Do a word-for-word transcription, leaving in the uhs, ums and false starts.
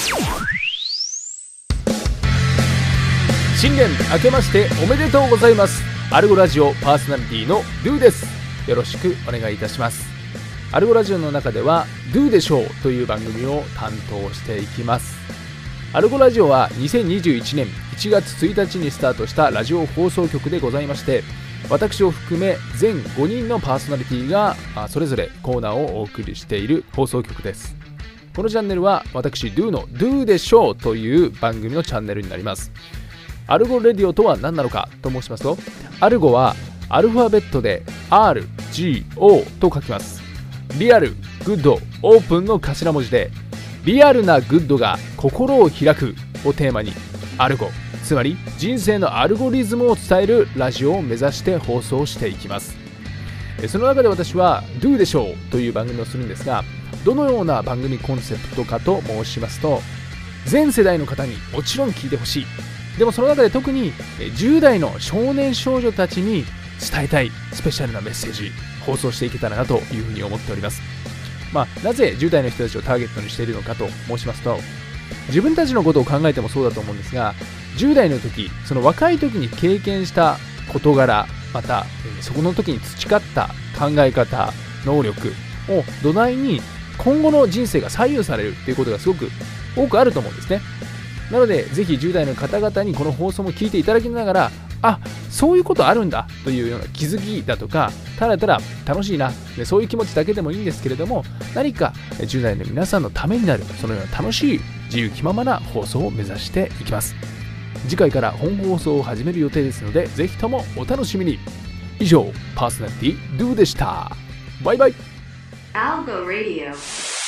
新年明けましておめでとうございます。アルゴラジオパーソナリティの Do です。よろしくお願いいたします。アルゴラジオの中では Do でしょうという番組を担当していきます。アルゴラジオはにせんにじゅういちねんいちがつついたちにスタートしたラジオ放送局でございまして、私を含め全ごにんのパーソナリティがそれぞれコーナーをお送りしている放送局です。このチャンネルは私 Do の Do でしょうという番組のチャンネルになります。アルゴレディオとは何なのかと申しますと、アルゴはアルファベットで アールジーオー と書きます。リアル、グッド、オープンの頭文字で、リアルなグッドが心を開くをテーマに、アルゴ、つまり人生のアルゴリズムを伝えるラジオを目指して放送していきます。その中で私は Do でしょうという番組をするんですが、どのような番組コンセプトかと申しますと、全世代の方にもちろん聞いてほしい。でもその中で特にじゅう代の少年少女たちに伝えたいスペシャルなメッセージ放送していけたらなというふうに思っております。まあ、なぜじゅう代の人たちをターゲットにしているのかと申しますと、自分たちのことを考えてもそうだと思うんですが、じゅう代の時、その若い時に経験した事柄、またそこの時に培った考え方、能力を土台に今後の人生が左右されるということがすごく多くあると思うんですね。なのでぜひじゅう代の方々にこの放送も聞いていただきながら、あ、そういうことあるんだというような気づきだとか、ただただ楽しいな、そういう気持ちだけでもいいんですけれども、何かじゅう代の皆さんのためになる、そのような楽しい自由気ままな放送を目指していきます。次回から本放送を始める予定ですので、ぜひともお楽しみに。以上、パーソナリティ Do でした。バイバイ。Algo Radio